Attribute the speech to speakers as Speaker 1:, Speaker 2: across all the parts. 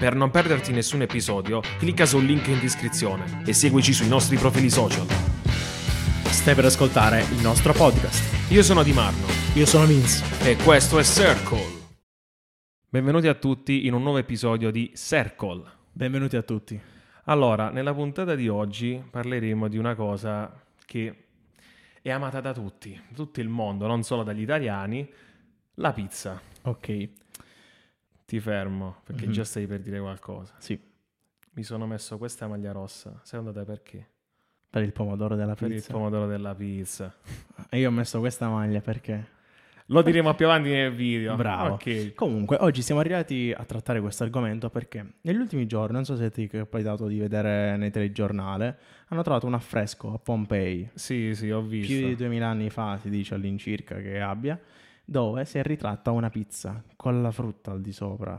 Speaker 1: Per non perderti nessun episodio, clicca sul link in descrizione e seguici sui nostri profili social.
Speaker 2: Stai per ascoltare il nostro podcast.
Speaker 1: Io sono Di Marno.
Speaker 2: Io sono Vince.
Speaker 1: E questo è Circle. Benvenuti a tutti in un nuovo episodio di Circle.
Speaker 2: Benvenuti a tutti.
Speaker 1: Allora, nella puntata di oggi parleremo di una cosa che è amata da tutti, tutto il mondo, non solo dagli italiani, la pizza.
Speaker 2: Ok.
Speaker 1: Ti fermo, perché già stai per dire qualcosa.
Speaker 2: Sì,
Speaker 1: Mi sono messo questa maglia rossa, secondo te perché?
Speaker 2: per il pomodoro della
Speaker 1: Per il
Speaker 2: pizza.
Speaker 1: pomodoro della pizza.
Speaker 2: E io ho messo questa maglia perché...
Speaker 1: Lo diremo più avanti nel video.
Speaker 2: Bravo.
Speaker 1: Ok.
Speaker 2: Comunque, oggi siamo arrivati a trattare questo argomento perché negli ultimi giorni, non so se ti è capitato di vedere nei telegiornale, hanno trovato un affresco a Pompei,
Speaker 1: Sì, ho visto.
Speaker 2: più di 2000 anni fa, si dice all'incirca che abbia, dove si è ritratta una pizza con la frutta al di sopra.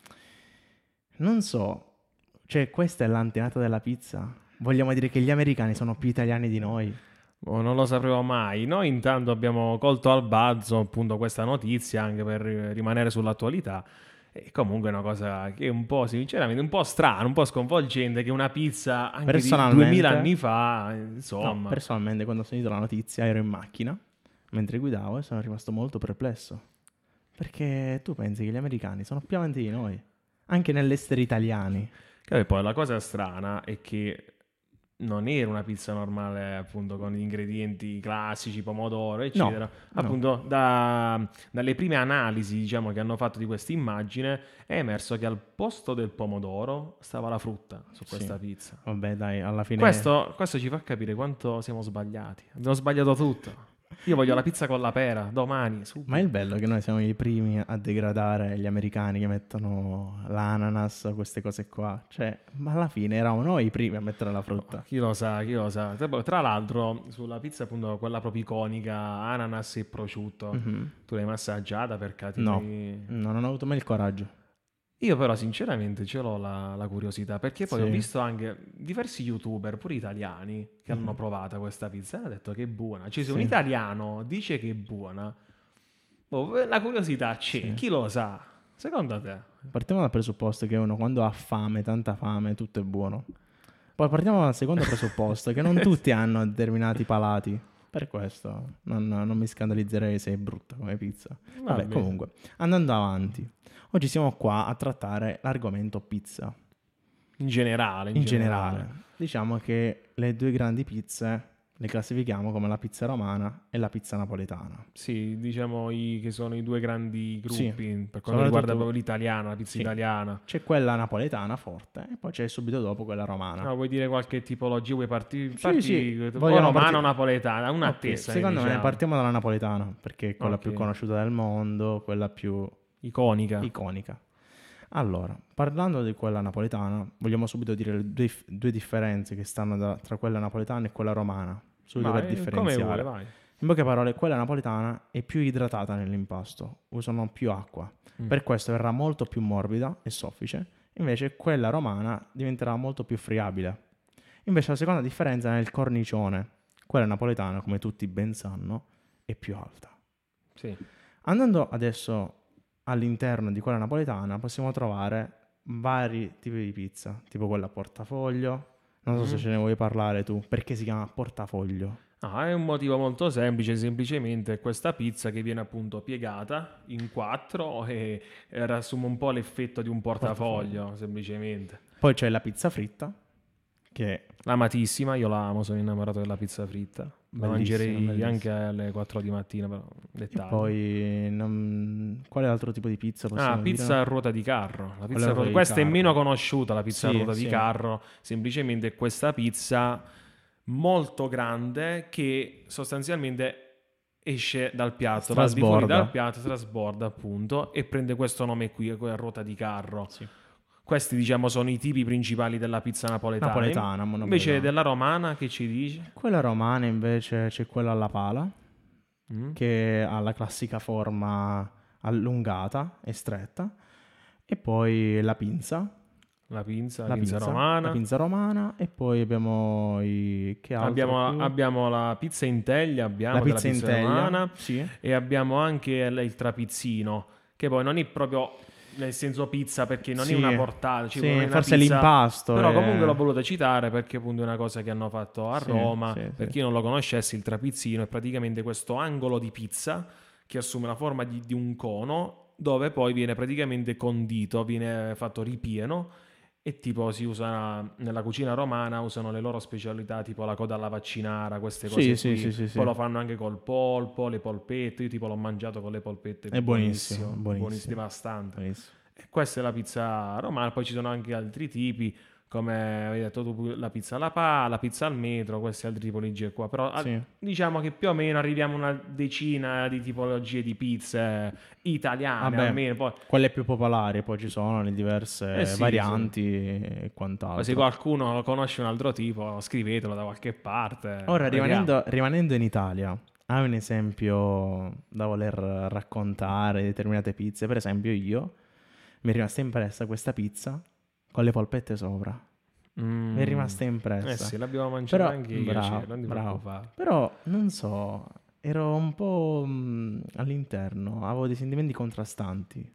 Speaker 2: Non so, cioè questa è l'antenata della pizza? Vogliamo dire che gli americani sono più italiani di noi?
Speaker 1: Oh, non lo sapremo mai. Noi intanto abbiamo colto al balzo appunto questa notizia anche per rimanere sull'attualità. E comunque è una cosa che è un po', sinceramente, un po' strana, un po' sconvolgente che una pizza anche di
Speaker 2: Personalmente-
Speaker 1: 2000 anni fa,
Speaker 2: No,
Speaker 1: insomma.
Speaker 2: personalmente quando ho sentito la notizia ero in macchina mentre guidavo e sono rimasto molto perplesso. Perché tu pensi che gli americani sono più avanti di noi, anche nell'essere italiani.
Speaker 1: Che poi la cosa strana è che non era una pizza normale, appunto, con gli ingredienti classici, pomodoro, eccetera.
Speaker 2: No.
Speaker 1: Appunto, dalle prime analisi, diciamo, che hanno fatto di questa immagine, è emerso che al posto del pomodoro stava la frutta su questa pizza.
Speaker 2: Vabbè, dai, alla fine...
Speaker 1: Questo ci fa capire quanto siamo sbagliati. Abbiamo sbagliato tutto. Io voglio la pizza con la pera, domani, subito.
Speaker 2: Ma è il bello che noi siamo i primi a degradare gli americani che mettono l'ananas, queste cose qua. Cioè, ma alla fine eravamo noi i primi a mettere la frutta.
Speaker 1: Chi lo sa. Tra l'altro, sulla pizza, appunto, quella proprio iconica, ananas e prosciutto, tu l'hai massaggiata per
Speaker 2: No,
Speaker 1: capire?
Speaker 2: non ho avuto mai il coraggio.
Speaker 1: Io però sinceramente ce l'ho la curiosità, perché poi
Speaker 2: Sì.
Speaker 1: ho visto anche diversi youtuber, pure italiani, che hanno provato questa pizza e hanno detto che è buona. Cioè, se un
Speaker 2: Sì.
Speaker 1: italiano dice che è buona, la curiosità c'è,
Speaker 2: Sì.
Speaker 1: chi lo sa? Secondo te?
Speaker 2: Partiamo dal presupposto che uno quando ha fame, tanta fame, tutto è buono. Poi partiamo dal secondo presupposto, che non tutti hanno determinati palati. Per questo non mi scandalizzerei se è brutta come pizza. Vabbè,
Speaker 1: bene.
Speaker 2: comunque, andando avanti. Oggi siamo qua a trattare l'argomento pizza.
Speaker 1: In generale.
Speaker 2: In generale. Diciamo che le due grandi pizze le classifichiamo come la pizza romana e la pizza napoletana.
Speaker 1: Sì, diciamo che sono i due grandi gruppi
Speaker 2: Sì.
Speaker 1: per quanto
Speaker 2: Soprattutto-
Speaker 1: riguarda proprio l'italiana, la pizza
Speaker 2: Sì.
Speaker 1: italiana.
Speaker 2: C'è quella napoletana forte e poi c'è subito dopo quella romana.
Speaker 1: No, vuoi dire qualche tipologia? Vuoi partire?
Speaker 2: Sì,
Speaker 1: o
Speaker 2: vogliamo
Speaker 1: romana
Speaker 2: partire-
Speaker 1: o napoletana? Una a
Speaker 2: Ok,
Speaker 1: testa,
Speaker 2: secondo me
Speaker 1: diciamo.
Speaker 2: partiamo dalla napoletana perché è quella
Speaker 1: Ok.
Speaker 2: più conosciuta del mondo, quella più
Speaker 1: Iconica.
Speaker 2: iconica. Allora, parlando di quella napoletana, vogliamo subito dire le due differenze che stanno tra quella napoletana e quella romana, subito per
Speaker 1: Vai, come
Speaker 2: differenziare.
Speaker 1: vuole, vai.
Speaker 2: In poche parole, quella napoletana è più idratata nell'impasto, usano più acqua, per questo verrà molto più morbida e soffice, invece quella romana diventerà molto più friabile. Invece la seconda differenza è nel cornicione, quella napoletana, come tutti ben sanno, è più alta.
Speaker 1: Sì.
Speaker 2: Andando adesso all'interno di quella napoletana possiamo trovare vari tipi di pizza, tipo quella a portafoglio. Non so se ce ne vuoi parlare tu, perché si chiama portafoglio.
Speaker 1: No, è un motivo molto semplice, semplicemente questa pizza che viene appunto piegata in quattro e riassume un po' l'effetto di un portafoglio, semplicemente.
Speaker 2: Poi c'è la pizza fritta, che
Speaker 1: L'amatissima, io la amo, sono innamorato della pizza fritta. La
Speaker 2: Bellissima,
Speaker 1: mangerei
Speaker 2: bellissima.
Speaker 1: anche alle 4 di mattina, però dettagli.
Speaker 2: poi quale altro tipo di pizza possiamo dire?
Speaker 1: Pizza a ruota di carro. La pizza
Speaker 2: a ruota di
Speaker 1: questa è
Speaker 2: carro.
Speaker 1: meno conosciuta, la pizza
Speaker 2: Sì,
Speaker 1: a ruota di
Speaker 2: sì.
Speaker 1: carro. Semplicemente questa pizza molto grande che sostanzialmente esce dal piatto, va al di fuori
Speaker 2: Trasborda.
Speaker 1: dal piatto, trasborda appunto e prende questo nome qui, a ruota di carro.
Speaker 2: Sì.
Speaker 1: Questi diciamo sono i tipi principali della pizza napoletana.
Speaker 2: Napoletana,
Speaker 1: Invece della romana che ci dici?
Speaker 2: Quella romana invece c'è quella alla pala, che ha la classica forma allungata e stretta, e poi la pinza,
Speaker 1: La pinza
Speaker 2: la
Speaker 1: romana.
Speaker 2: la pinza romana, e poi abbiamo che altro più?
Speaker 1: Abbiamo la pizza in teglia, abbiamo
Speaker 2: La
Speaker 1: della
Speaker 2: pizza in
Speaker 1: pizza
Speaker 2: teglia,
Speaker 1: romana
Speaker 2: sì.
Speaker 1: e abbiamo anche il trapizzino, che poi non è proprio nel senso pizza, perché non
Speaker 2: Sì,
Speaker 1: è una portata,
Speaker 2: sì,
Speaker 1: non è una
Speaker 2: forse
Speaker 1: pizza,
Speaker 2: l'impasto
Speaker 1: però
Speaker 2: è-
Speaker 1: comunque l'ho voluto citare perché appunto è una cosa che hanno fatto a
Speaker 2: Sì,
Speaker 1: Roma.
Speaker 2: sì,
Speaker 1: Per
Speaker 2: sì.
Speaker 1: chi non lo conoscesse, il trapizzino è praticamente questo angolo di pizza che assume la forma di un cono, dove poi viene praticamente condito, viene fatto ripieno. E tipo si usa nella cucina romana, usano le loro specialità, tipo la coda alla vaccinara, queste
Speaker 2: Sì,
Speaker 1: cose
Speaker 2: sì,
Speaker 1: qui.
Speaker 2: sì, sì,
Speaker 1: Poi
Speaker 2: sì.
Speaker 1: lo fanno anche col polpo, le polpette. Io tipo l'ho mangiato con le polpette,
Speaker 2: È buonissimo,
Speaker 1: buonissimo, buonissimo,
Speaker 2: buonissimo,
Speaker 1: devastante.
Speaker 2: buonissimo.
Speaker 1: E questa è la pizza romana. Poi ci sono anche altri tipi, come hai detto tu, la pizza alla pala, la pizza al metro, queste altre tipologie qua. Però
Speaker 2: Sì.
Speaker 1: diciamo che più o meno arriviamo a una decina di tipologie di pizze italiane,
Speaker 2: Vabbè,
Speaker 1: almeno. Poi,
Speaker 2: quelle più popolari poi ci sono le diverse
Speaker 1: sì, sì.
Speaker 2: varianti e
Speaker 1: Poi se
Speaker 2: quant'altro.
Speaker 1: qualcuno conosce un altro tipo, scrivetelo da qualche parte.
Speaker 2: Ora,
Speaker 1: Vediamo.
Speaker 2: rimanendo in Italia, hai un esempio da voler raccontare di determinate pizze? Per esempio io mi è rimasta impressa questa pizza con le polpette sopra. Mi è rimasta
Speaker 1: Eh
Speaker 2: impressa.
Speaker 1: sì, l'abbiamo mangiata
Speaker 2: Però,
Speaker 1: anche io,
Speaker 2: bravo,
Speaker 1: non ti
Speaker 2: bravo.
Speaker 1: preoccupare.
Speaker 2: Però, non so, ero un po' all'interno, avevo dei sentimenti contrastanti.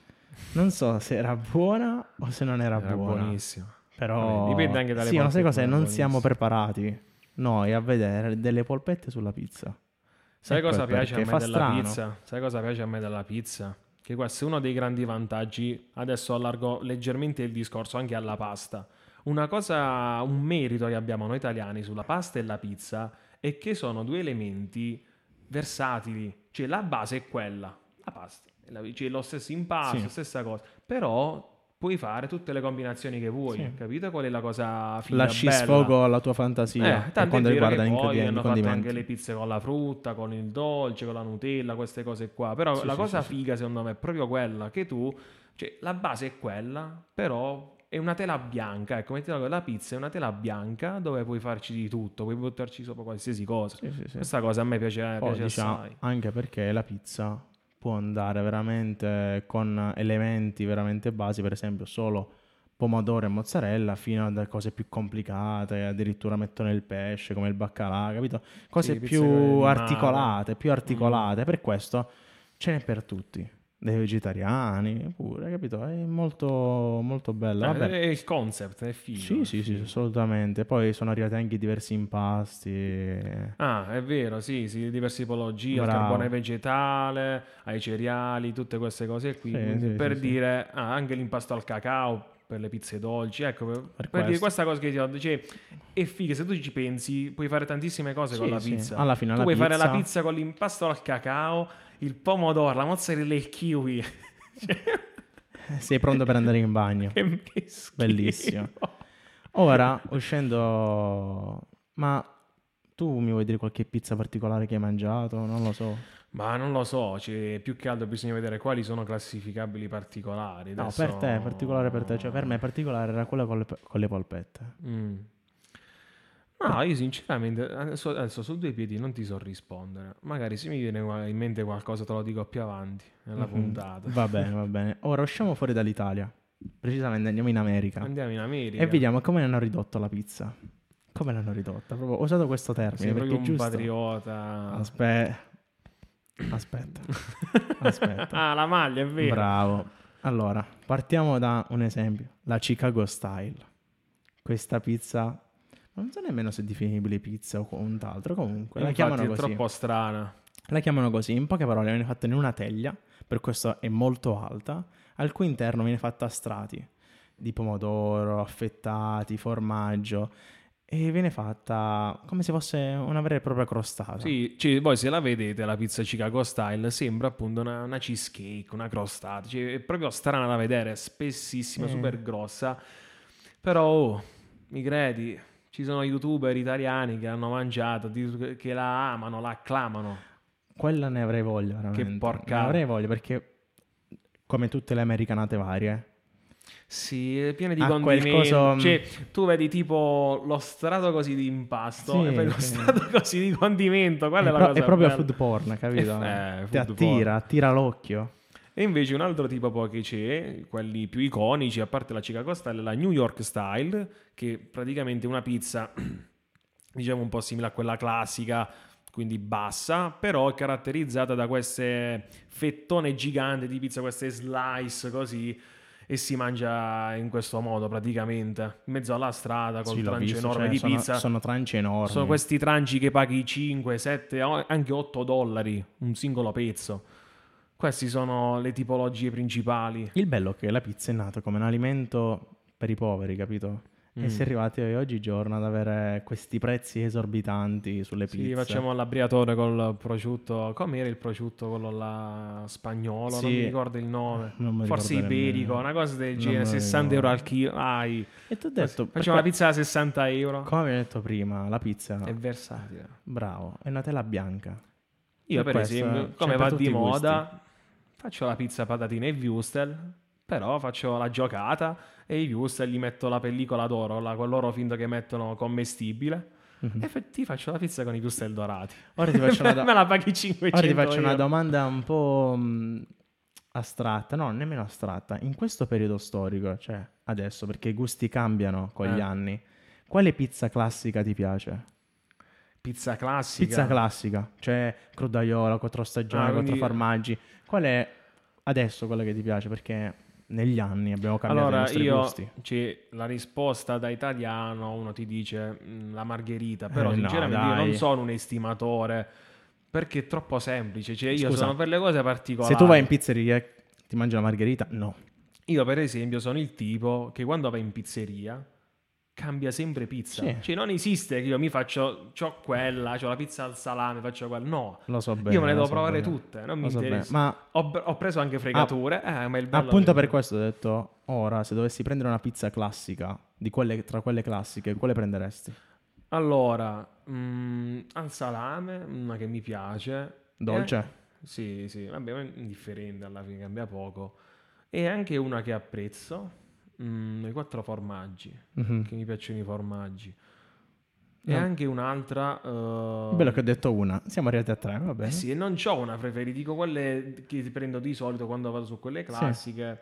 Speaker 2: Non so se era buona o se non era
Speaker 1: Era
Speaker 2: buona.
Speaker 1: buonissimo. Vabbè, dipende
Speaker 2: Però,
Speaker 1: anche dalle
Speaker 2: sì, ma sai
Speaker 1: polpette,
Speaker 2: cos'è?
Speaker 1: ma è
Speaker 2: Non siamo
Speaker 1: buonissimo.
Speaker 2: preparati noi a vedere delle polpette sulla pizza.
Speaker 1: Sai
Speaker 2: Ecco il
Speaker 1: cosa piace a
Speaker 2: perché,
Speaker 1: me
Speaker 2: fa
Speaker 1: della
Speaker 2: strano.
Speaker 1: pizza? Sai cosa piace a me della pizza? Che questo è uno dei grandi vantaggi. Adesso allargo leggermente il discorso anche alla pasta. Una cosa, un merito che abbiamo noi italiani sulla pasta e la pizza è che sono due elementi versatili. Cioè la base è quella, la pasta. Cioè lo stesso impasto,
Speaker 2: Sì,
Speaker 1: stessa cosa. Però puoi fare tutte le combinazioni che vuoi.
Speaker 2: sì.
Speaker 1: Capito qual è la cosa figa,
Speaker 2: Lasci
Speaker 1: bella?
Speaker 2: sfogo alla tua fantasia per
Speaker 1: Tanto è
Speaker 2: quanto
Speaker 1: vero che
Speaker 2: riguarda
Speaker 1: poi
Speaker 2: i
Speaker 1: hanno fatto anche
Speaker 2: condimenti.
Speaker 1: le pizze con la frutta, con il dolce, con la Nutella, queste cose qua. Però
Speaker 2: Sì,
Speaker 1: la
Speaker 2: sì, sì,
Speaker 1: cosa
Speaker 2: sì.
Speaker 1: figa secondo me è proprio quella che tu, cioè la base è quella, però è una tela bianca. Ecco, mettiamo che la pizza è una tela bianca dove puoi farci di tutto, puoi buttarci sopra qualsiasi cosa.
Speaker 2: Sì, sì, sì.
Speaker 1: Questa cosa a me piace,
Speaker 2: Poi
Speaker 1: piace
Speaker 2: diciamo
Speaker 1: assai.
Speaker 2: anche perché la pizza può andare veramente con elementi veramente basi, per esempio solo pomodoro e mozzarella, fino a cose più complicate, addirittura mettono il pesce come il baccalà, capito? Cose
Speaker 1: Sì, pizze di mare.
Speaker 2: più
Speaker 1: Mm.
Speaker 2: articolate, per questo ce n'è per tutti. Dei vegetariani pure, capito? È molto, molto bella.
Speaker 1: È
Speaker 2: Vabbè,
Speaker 1: il concept, è figo,
Speaker 2: sì,
Speaker 1: è
Speaker 2: sì, sì,
Speaker 1: figo.
Speaker 2: assolutamente. Poi sono arrivati anche diversi impasti.
Speaker 1: Ah, è vero, sì, sì, diverse tipologie, al carbone
Speaker 2: Bravo.
Speaker 1: vegetale, ai cereali, tutte queste cose qui.
Speaker 2: Sì,
Speaker 1: Quindi
Speaker 2: sì, sì,
Speaker 1: per
Speaker 2: sì.
Speaker 1: dire, anche l'impasto al cacao per le pizze dolci, ecco,
Speaker 2: Per
Speaker 1: per dire
Speaker 2: questo.
Speaker 1: questa cosa che ti ho detto, cioè, è figa, se tu ci pensi, puoi fare tantissime cose con
Speaker 2: Sì,
Speaker 1: la
Speaker 2: sì.
Speaker 1: pizza.
Speaker 2: Alla fine
Speaker 1: Tu
Speaker 2: la
Speaker 1: puoi fare la
Speaker 2: pizza
Speaker 1: pizza con l'impasto al cacao, il pomodoro, la mozzarella e il kiwi. Cioè,
Speaker 2: sei pronto per andare in bagno.
Speaker 1: che schifo.
Speaker 2: Bellissimo. Ora, uscendo... Ma tu mi vuoi dire qualche pizza particolare che hai mangiato? Non lo so.
Speaker 1: Ma non lo so, più che altro bisogna vedere quali sono classificabili particolari.
Speaker 2: No, per te, particolare per te. Cioè, per
Speaker 1: Adesso...
Speaker 2: me particolare era quella con le polpette.
Speaker 1: Mm.
Speaker 2: Per-
Speaker 1: No, io sinceramente adesso su due piedi non ti so rispondere. Magari se mi viene in mente qualcosa te lo dico più avanti nella
Speaker 2: Mhm.
Speaker 1: puntata.
Speaker 2: Va bene, va bene. Ora usciamo fuori dall'Italia. Precisamente andiamo in America.
Speaker 1: Andiamo in
Speaker 2: E
Speaker 1: America.
Speaker 2: vediamo come hanno ridotto la pizza. Come l'hanno ridotta? Proprio ho usato questo
Speaker 1: Sei
Speaker 2: termine perché
Speaker 1: proprio
Speaker 2: è
Speaker 1: un
Speaker 2: giusto.
Speaker 1: patriota.
Speaker 2: Aspetta. Aspetta.
Speaker 1: Ah, la maglia, è vero.
Speaker 2: Bravo. Allora, partiamo da un esempio. La Chicago Style. Questa pizza, non so nemmeno se è definibile pizza o quant'altro, comunque la
Speaker 1: Infatti
Speaker 2: chiamano
Speaker 1: è
Speaker 2: così.
Speaker 1: troppo strana.
Speaker 2: La chiamano così, in poche parole viene fatta in una teglia, per questo è molto alta, al cui interno viene fatta a strati di pomodoro, affettati, formaggio e viene fatta come se fosse una vera e propria crostata.
Speaker 1: Sì, voi se la vedete la pizza Chicago Style sembra appunto una cheesecake, una crostata, cioè, è proprio strana da vedere, è spessissima, super grossa, però mi credi, ci sono youtuber italiani che hanno mangiato, che la amano, la acclamano,
Speaker 2: Quella ne avrei voglia,
Speaker 1: che
Speaker 2: veramente. Ne
Speaker 1: porcata.
Speaker 2: avrei voglia perché, come tutte le americanate varie,
Speaker 1: Sì, è piena di
Speaker 2: ha quel
Speaker 1: condimenti.
Speaker 2: coso...
Speaker 1: Cioè, tu vedi tipo lo strato così di impasto e poi
Speaker 2: Sì,
Speaker 1: lo
Speaker 2: sì.
Speaker 1: strato così di condimento. Quella è la cosa
Speaker 2: È proprio
Speaker 1: bella.
Speaker 2: food porn, capito? Ti
Speaker 1: Food porn.
Speaker 2: attira l'occhio.
Speaker 1: E invece un altro tipo poi che c'è, quelli più iconici, a parte la Chicago Style, la New York Style, che praticamente è una pizza, diciamo un po' simile a quella classica, quindi bassa, però è caratterizzata da queste fettone gigante di pizza, queste slice così, e si mangia in questo modo praticamente, in mezzo alla strada col
Speaker 2: Sì, l'ho
Speaker 1: trancio
Speaker 2: visto,
Speaker 1: enorme
Speaker 2: cioè,
Speaker 1: di pizza.
Speaker 2: sono tranci enormi.
Speaker 1: Sono questi tranci che paghi 5, 7, anche $8 un singolo pezzo. Queste sono le tipologie principali.
Speaker 2: Il bello è che la pizza è nata come un alimento per i poveri, capito? E si è arrivati oggigiorno ad avere questi prezzi esorbitanti sulle
Speaker 1: Sì,
Speaker 2: pizze.
Speaker 1: facciamo l'abbriatore col prosciutto. Com'era il prosciutto quello là spagnolo? Non mi
Speaker 2: Sì,
Speaker 1: ricordo il nome.
Speaker 2: non mi
Speaker 1: Forse
Speaker 2: ricordo
Speaker 1: iberico,
Speaker 2: nemmeno.
Speaker 1: una cosa del
Speaker 2: Non
Speaker 1: genere.
Speaker 2: me lo
Speaker 1: 60 euro al
Speaker 2: ricordo.
Speaker 1: chilo. Ai.
Speaker 2: E ti ho detto,
Speaker 1: Facciamo una
Speaker 2: perché,
Speaker 1: pizza da 60 euro.
Speaker 2: come abbiamo detto prima, la pizza,
Speaker 1: È versatile.
Speaker 2: bravo, è una tela bianca.
Speaker 1: Io, per
Speaker 2: questo
Speaker 1: esempio,
Speaker 2: c'è
Speaker 1: come
Speaker 2: per
Speaker 1: va
Speaker 2: tutti
Speaker 1: di
Speaker 2: i gusti.
Speaker 1: moda, faccio la pizza patatine e wurstel, però faccio la giocata e i wurstel gli metto la pellicola d'oro, quel loro finto che mettono commestibile, e ti faccio la pizza con i wurstel dorati.
Speaker 2: Ora ti faccio
Speaker 1: Me la paghi 500
Speaker 2: ora ti faccio una
Speaker 1: euro.
Speaker 2: domanda un po' astratta, no, nemmeno astratta. In questo periodo storico, cioè adesso, perché i gusti cambiano con gli anni, quale pizza classica ti piace?
Speaker 1: Pizza classica.
Speaker 2: Pizza classica, cioè crudaiola, quattro stagioni, quattro
Speaker 1: quindi-
Speaker 2: formaggi. Qual è adesso quella che ti piace? Perché negli anni abbiamo cambiato i
Speaker 1: Allora,
Speaker 2: nostri gusti.
Speaker 1: la risposta da italiano, uno ti dice la margherita, però
Speaker 2: No,
Speaker 1: sinceramente io non
Speaker 2: dai.
Speaker 1: sono un estimatore, perché è troppo semplice, cioè io
Speaker 2: Scusa,
Speaker 1: sono per le cose particolari.
Speaker 2: se tu vai in pizzeria e ti mangi la margherita, no.
Speaker 1: Io per esempio sono il tipo che quando va in pizzeria cambia sempre pizza.
Speaker 2: Sì.
Speaker 1: Cioè non esiste che io mi faccio, c'ho quella, c'ho la pizza al salame, faccio quella. No,
Speaker 2: Lo so bene.
Speaker 1: io me le
Speaker 2: lo
Speaker 1: devo
Speaker 2: so
Speaker 1: provare
Speaker 2: bene.
Speaker 1: tutte, non mi
Speaker 2: Lo so bene.
Speaker 1: interessa.
Speaker 2: Ma
Speaker 1: Ho preso anche fregature, ma il bello
Speaker 2: appunto
Speaker 1: è-
Speaker 2: per questo ho detto, ora se dovessi prendere una pizza classica, di quelle, tra quelle classiche, quale prenderesti?
Speaker 1: Allora, al salame, una che mi piace.
Speaker 2: Dolce?
Speaker 1: Sì, sì, vabbè, ma è indifferente, alla fine cambia poco. E anche una che apprezzo, i 4 formaggi,
Speaker 2: Mhm.
Speaker 1: che mi piacciono i formaggi. E
Speaker 2: No.
Speaker 1: anche un'altra...
Speaker 2: Bello che ho detto una, siamo arrivati a tre, va bene.
Speaker 1: sì, e non c'ho una preferita, dico quelle che prendo di solito quando vado su quelle classiche.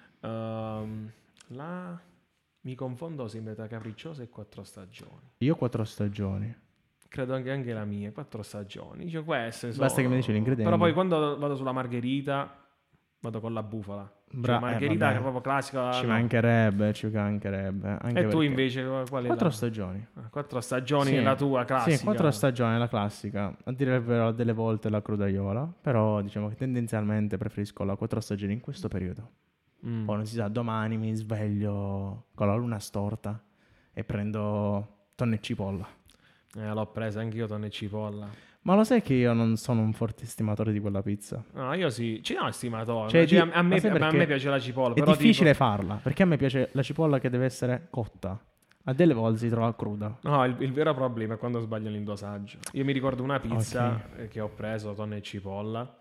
Speaker 1: Là mi confondo sempre tra capricciosa e 4 stagioni.
Speaker 2: Io 4 stagioni.
Speaker 1: Credo anche la mia, 4 stagioni. Dice queste sono...
Speaker 2: Basta che mi dici l'ingrediente.
Speaker 1: Però poi quando vado sulla margherita, vado con la bufala. Margherita
Speaker 2: vabbè.
Speaker 1: che è proprio classica.
Speaker 2: Ci
Speaker 1: no.
Speaker 2: mancherebbe, ci mancherebbe. Anche
Speaker 1: E tu
Speaker 2: perché-
Speaker 1: invece qual è
Speaker 2: 4 stagioni.
Speaker 1: 4 stagioni
Speaker 2: Sì.
Speaker 1: la tua classica.
Speaker 2: Sì, 4 stagioni è la classica. A dire il vero, delle volte la crudaiola. Però diciamo che tendenzialmente preferisco la 4 stagioni in questo periodo.
Speaker 1: Mm.
Speaker 2: Poi non si sa, domani mi sveglio con la luna storta e prendo tonno e cipolla.
Speaker 1: L'ho presa anch'io tonno e cipolla.
Speaker 2: Ma lo sai che io non sono un forte estimatore di quella pizza?
Speaker 1: No, io sì. Ci no, stimatore.
Speaker 2: Cioè,
Speaker 1: Cioè,
Speaker 2: di-
Speaker 1: a
Speaker 2: ma
Speaker 1: me,
Speaker 2: sai
Speaker 1: a
Speaker 2: perché?
Speaker 1: me piace la cipolla.
Speaker 2: È
Speaker 1: Però
Speaker 2: difficile
Speaker 1: tipo...
Speaker 2: farla, perché a me piace la cipolla che deve essere cotta. A delle volte si trova cruda.
Speaker 1: No, il vero problema è quando sbaglio il dosaggio. Io mi ricordo una pizza che ho preso, tonno e cipolla,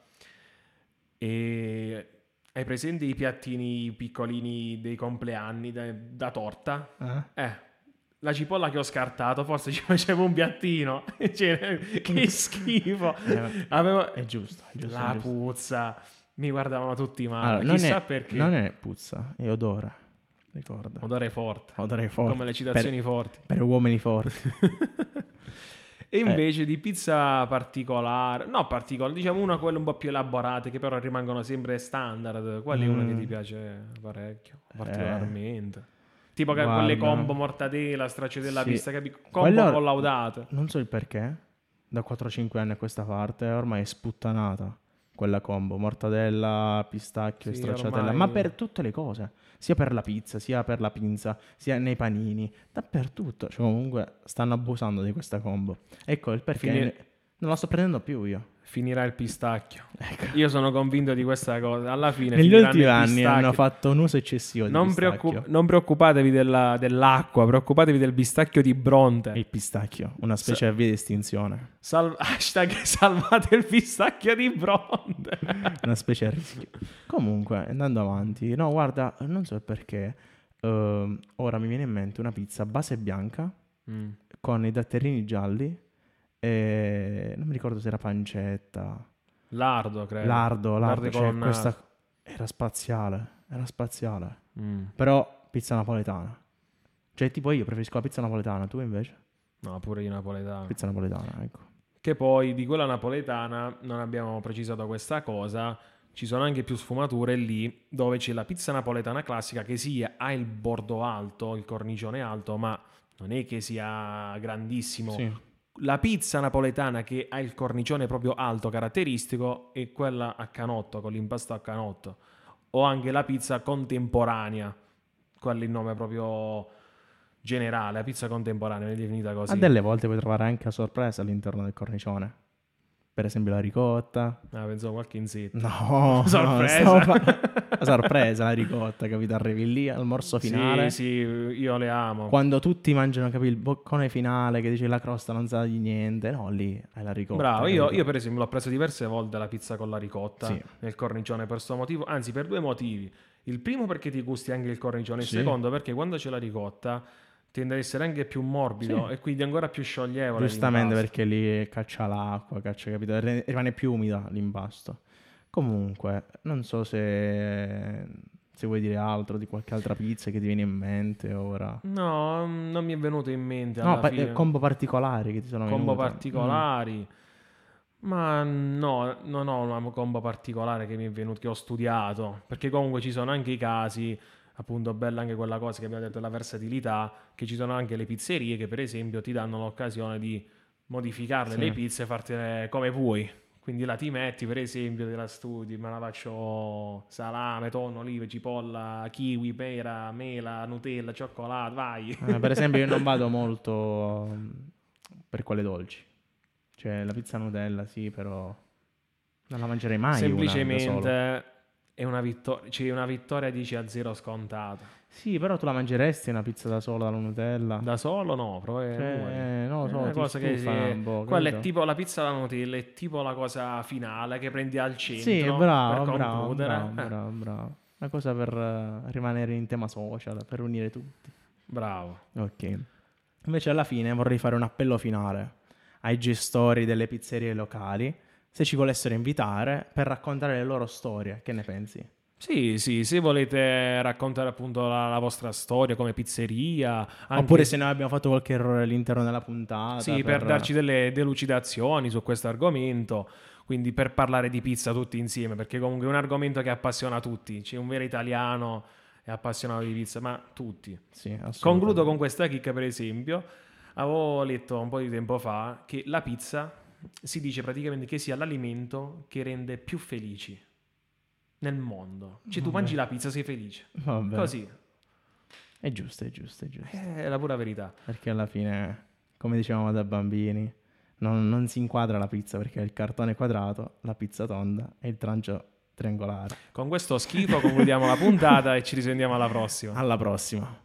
Speaker 1: e hai presente i piattini piccolini dei compleanni da torta? La cipolla che ho scartato, forse ci facevo un piattino. Cioè, che schifo. Avevo...
Speaker 2: È giusto, è giusto.
Speaker 1: La
Speaker 2: è giusto.
Speaker 1: puzza. Mi guardavano tutti male.
Speaker 2: Allora,
Speaker 1: Chissà perché.
Speaker 2: non è puzza, è odore. Ricorda.
Speaker 1: Odore forte.
Speaker 2: Odore forte.
Speaker 1: Come le citazioni forti.
Speaker 2: Per uomini forti.
Speaker 1: E invece di pizza particolare, no particolare, diciamo una quelle un po' più elaborate che però rimangono sempre standard. Qual è una che ti piace parecchio, particolarmente? Tipo che quelle
Speaker 2: Guarda.
Speaker 1: combo mortadella, stracciatella
Speaker 2: Sì.
Speaker 1: pista, combo
Speaker 2: Quello-
Speaker 1: collaudate.
Speaker 2: Non so il perché, da 4-5 anni a questa parte ormai è sputtanata quella combo, mortadella, pistacchio e
Speaker 1: Sì,
Speaker 2: stracciatella,
Speaker 1: ormai-
Speaker 2: ma per tutte le cose, sia per la pizza, sia per la pinza, sia nei panini, dappertutto. Cioè, comunque stanno abusando di questa combo. Ecco il perché non la sto prendendo più io.
Speaker 1: Finirà il pistacchio. Io sono convinto di questa cosa. Alla fine
Speaker 2: Negli
Speaker 1: finiranno
Speaker 2: ultimi
Speaker 1: il
Speaker 2: anni
Speaker 1: pistacchio.
Speaker 2: hanno fatto un uso eccessivo di pistacchio.
Speaker 1: Non preoccupatevi dell'acqua, preoccupatevi del pistacchio di Bronte.
Speaker 2: Il pistacchio, una specie a via di estinzione,
Speaker 1: Hashtag salvate il pistacchio di Bronte.
Speaker 2: una specie a rischio. Comunque, andando avanti, no, guarda, non so perché, ora mi viene in mente una pizza base bianca con i datterini gialli e non mi ricordo se era pancetta,
Speaker 1: Lardo, credo.
Speaker 2: lardo, cioè
Speaker 1: colonnato.
Speaker 2: questa era spaziale, però pizza napoletana. Cioè, tipo io preferisco la pizza napoletana, tu invece?
Speaker 1: No, pure io napoletano.
Speaker 2: Pizza napoletana, ecco.
Speaker 1: che poi di quella napoletana non abbiamo precisato questa cosa, ci sono anche più sfumature lì, dove c'è la pizza napoletana classica che sì, ha il bordo alto, il cornicione alto, ma non è che sia grandissimo.
Speaker 2: Sì.
Speaker 1: La pizza napoletana che ha il cornicione proprio alto caratteristico è quella a canotto, con l'impasto a canotto. O anche la pizza contemporanea, quello è il nome proprio generale, la pizza contemporanea, è definita così.
Speaker 2: A delle volte puoi trovare anche a sorpresa all'interno del cornicione. Per esempio la ricotta.
Speaker 1: Ah, pensavo qualche insetto.
Speaker 2: No,
Speaker 1: Sorpresa.
Speaker 2: Sorpresa, la ricotta, capito? Arrivi lì al morso finale.
Speaker 1: Sì, io le amo.
Speaker 2: Quando tutti mangiano, capito, il boccone finale che dice la crosta non sa di niente, no, lì hai la ricotta.
Speaker 1: Bravo, io per esempio l'ho presa diverse volte la pizza con la ricotta,
Speaker 2: Sì.
Speaker 1: nel cornicione per questo motivo, anzi per due motivi. Il primo perché ti gusti anche il cornicione, il
Speaker 2: Sì.
Speaker 1: secondo perché quando c'è la ricotta tende ad essere anche più morbido
Speaker 2: Sì.
Speaker 1: e quindi ancora più scioglievole.
Speaker 2: Giustamente,
Speaker 1: l'impasto.
Speaker 2: perché lì caccia l'acqua, capito? Rimane più umida l'impasto. Comunque, non so se vuoi dire altro di qualche altra pizza che ti viene in mente ora.
Speaker 1: No, non mi è venuto in mente
Speaker 2: No,
Speaker 1: alla fine.
Speaker 2: combo particolari che ti sono
Speaker 1: Combo
Speaker 2: venute.
Speaker 1: particolari. Ma no, non ho una combo particolare che mi è venuto, che ho studiato, perché comunque ci sono anche i casi, appunto bella anche quella cosa che abbiamo detto, la versatilità, che ci sono anche le pizzerie che per esempio ti danno l'occasione di modificarle
Speaker 2: Sì.
Speaker 1: le pizze e fartele come vuoi. Quindi la ti metti, per esempio, te la studi, me la faccio salame, tonno, olive, cipolla, kiwi, pera, mela, Nutella, cioccolato, vai.
Speaker 2: Per esempio, io non vado molto per quelle dolci. Cioè, la pizza Nutella, sì, però non la mangerei mai. una da solo.
Speaker 1: Semplicemente è una vittoria, c'è una vittoria 10-0 scontata.
Speaker 2: Sì, però tu la mangeresti una pizza da sola alla Nutella?
Speaker 1: Da solo no, però è
Speaker 2: Non lo so,
Speaker 1: una
Speaker 2: ti
Speaker 1: cosa che
Speaker 2: stufa un po',
Speaker 1: quella è
Speaker 2: capito?
Speaker 1: tipo la pizza alla Nutella, è tipo la cosa finale che prendi al centro
Speaker 2: Sì,
Speaker 1: per
Speaker 2: bravo.
Speaker 1: concludere.
Speaker 2: Una cosa per rimanere in tema social, per unire tutti.
Speaker 1: Bravo.
Speaker 2: Ok. Invece alla fine vorrei fare un appello finale ai gestori delle pizzerie locali, se ci volessero invitare per raccontare le loro storie. Che ne pensi?
Speaker 1: Sì, se volete raccontare appunto la vostra storia come pizzeria, anche
Speaker 2: Oppure se noi abbiamo fatto qualche errore all'interno della puntata.
Speaker 1: sì, per darci delle delucidazioni su questo argomento, quindi per parlare di pizza tutti insieme, perché comunque è un argomento che appassiona tutti, c'è un vero italiano è appassionato di pizza, ma tutti.
Speaker 2: Sì, assolutamente.
Speaker 1: Concludo con questa chicca, per esempio, avevo letto un po' di tempo fa che la pizza si dice praticamente che sia l'alimento che rende più felici nel mondo. Cioè tu
Speaker 2: Vabbè.
Speaker 1: mangi la pizza sei felice,
Speaker 2: Vabbè.
Speaker 1: così,
Speaker 2: È giusto.
Speaker 1: è la pura verità.
Speaker 2: Perché alla fine, come dicevamo da bambini, non si inquadra la pizza perché il cartone è quadrato, la pizza tonda e il trancio triangolare.
Speaker 1: Con questo schifo concludiamo la puntata e ci risentiamo alla prossima.
Speaker 2: Alla prossima.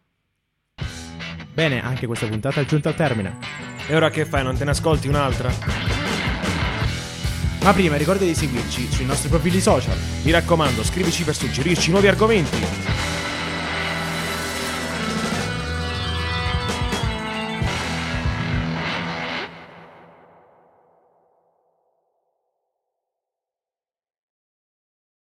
Speaker 2: Bene, anche questa puntata è giunta al termine.
Speaker 1: E ora che fai, non te ne ascolti un'altra?
Speaker 2: Ma prima ricorda di seguirci sui nostri profili social.
Speaker 1: Mi raccomando, scrivici per suggerirci nuovi argomenti.